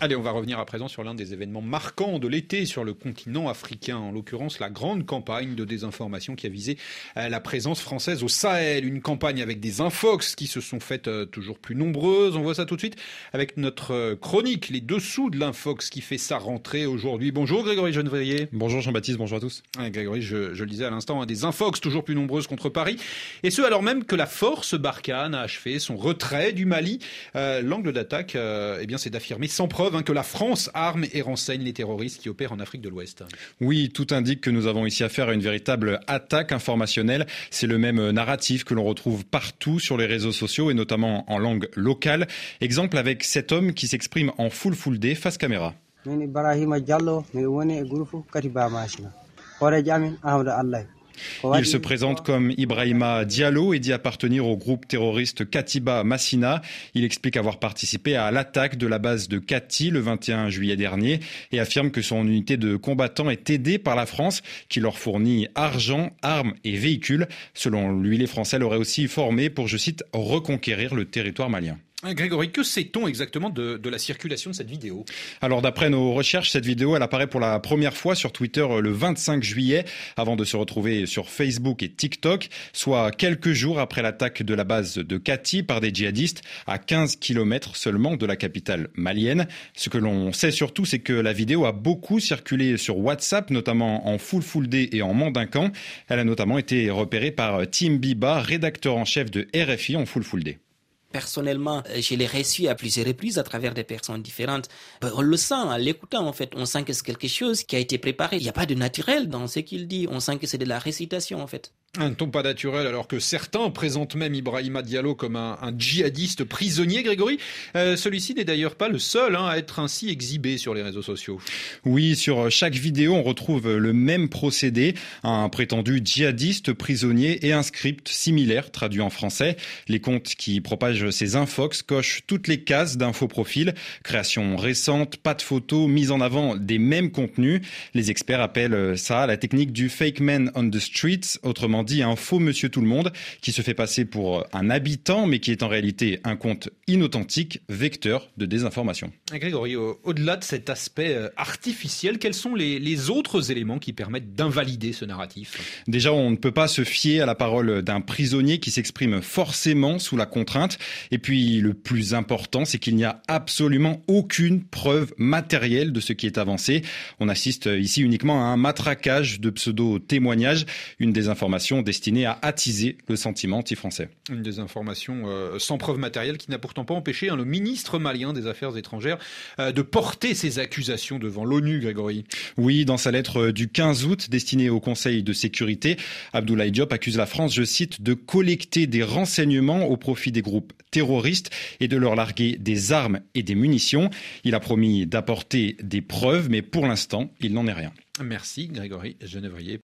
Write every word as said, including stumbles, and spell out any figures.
Allez, on va revenir à présent sur l'un des événements marquants de l'été sur le continent africain, en l'occurrence la grande campagne de désinformation qui a visé la présence française au Sahel. Une campagne avec des infox qui se sont faites toujours plus nombreuses. On voit ça tout de suite avec notre chronique, les dessous de l'infox qui fait sa rentrée aujourd'hui. Bonjour Grégory Genevrier. Bonjour Jean-Baptiste, bonjour à tous. Ouais, Grégory, je, je le disais à l'instant, hein, des infox toujours plus nombreuses contre Paris. Et ce alors même que la force Barkhane a achevé son retrait du Mali. Euh, l'angle d'attaque, euh, eh bien, c'est d'affirmer sans preuve Hein, que la France arme et renseigne les terroristes qui opèrent en Afrique de l'Ouest. Oui, tout indique que nous avons ici affaire à une véritable attaque informationnelle. C'est le même narratif que l'on retrouve partout sur les réseaux sociaux et notamment en langue locale. Exemple avec cet homme qui s'exprime en full full day face caméra. Il se présente comme Ibrahima Diallo et dit appartenir au groupe terroriste Katiba Massina. Il explique avoir participé à l'attaque de la base de Kati le vingt et un juillet dernier et affirme que son unité de combattants est aidée par la France qui leur fournit argent, armes et véhicules. Selon lui, les Français l'auraient aussi formé pour, je cite, reconquérir le territoire malien. Grégory, que sait-on exactement de, de la circulation de cette vidéo ? Alors d'après nos recherches, cette vidéo elle apparaît pour la première fois sur Twitter le vingt-cinq juillet avant de se retrouver sur Facebook et TikTok, soit quelques jours après l'attaque de la base de Kati par des djihadistes à quinze kilomètres seulement de la capitale malienne. Ce que l'on sait surtout, c'est que la vidéo a beaucoup circulé sur WhatsApp, notamment en full full day et en mandinkan. Elle a notamment été repérée par Tim Biba, rédacteur en chef de R F I en full full day. Personnellement, je l'ai reçu à plusieurs reprises à travers des personnes différentes. On le sent en l'écoutant, en fait. On sent que c'est quelque chose qui a été préparé. Il n'y a pas de naturel dans ce qu'il dit. On sent que c'est de la récitation, en fait. Un ton pas naturel, alors que certains présentent même Ibrahima Diallo comme un, un djihadiste prisonnier, Grégory. Euh, celui-ci n'est d'ailleurs pas le seul hein, à être ainsi exhibé sur les réseaux sociaux. Oui, sur chaque vidéo, on retrouve le même procédé. Un prétendu djihadiste prisonnier et un script similaire traduit en français. Les comptes qui propagent ces infox cochent toutes les cases d'infoprofil. Création récente, pas de photos, mise en avant des mêmes contenus. Les experts appellent ça la technique du fake man on the streets, autrement dit un faux monsieur tout le monde qui se fait passer pour un habitant mais qui est en réalité un compte inauthentique, vecteur de désinformation. Grégory, au-delà de cet aspect artificiel, quels sont les, les autres éléments qui permettent d'invalider ce narratif ? Déjà, on ne peut pas se fier à la parole d'un prisonnier qui s'exprime forcément sous la contrainte. Et puis le plus important, c'est qu'il n'y a absolument aucune preuve matérielle de ce qui est avancé. On assiste ici uniquement à un matraquage de pseudo-témoignages, une désinformation destinée à attiser le sentiment anti-français. Une désinformation euh, sans preuve matérielle qui n'a pourtant pas empêché hein, le ministre malien des Affaires étrangères euh, de porter ses accusations devant l'ONU, Grégory. Oui, dans sa lettre du quinze août destinée au Conseil de sécurité, Abdoulaye Diop accuse la France, je cite, de collecter des renseignements au profit des groupes terroristes et de leur larguer des armes et des munitions. Il a promis d'apporter des preuves, mais pour l'instant, il n'en est rien. Merci Grégory Genevrier.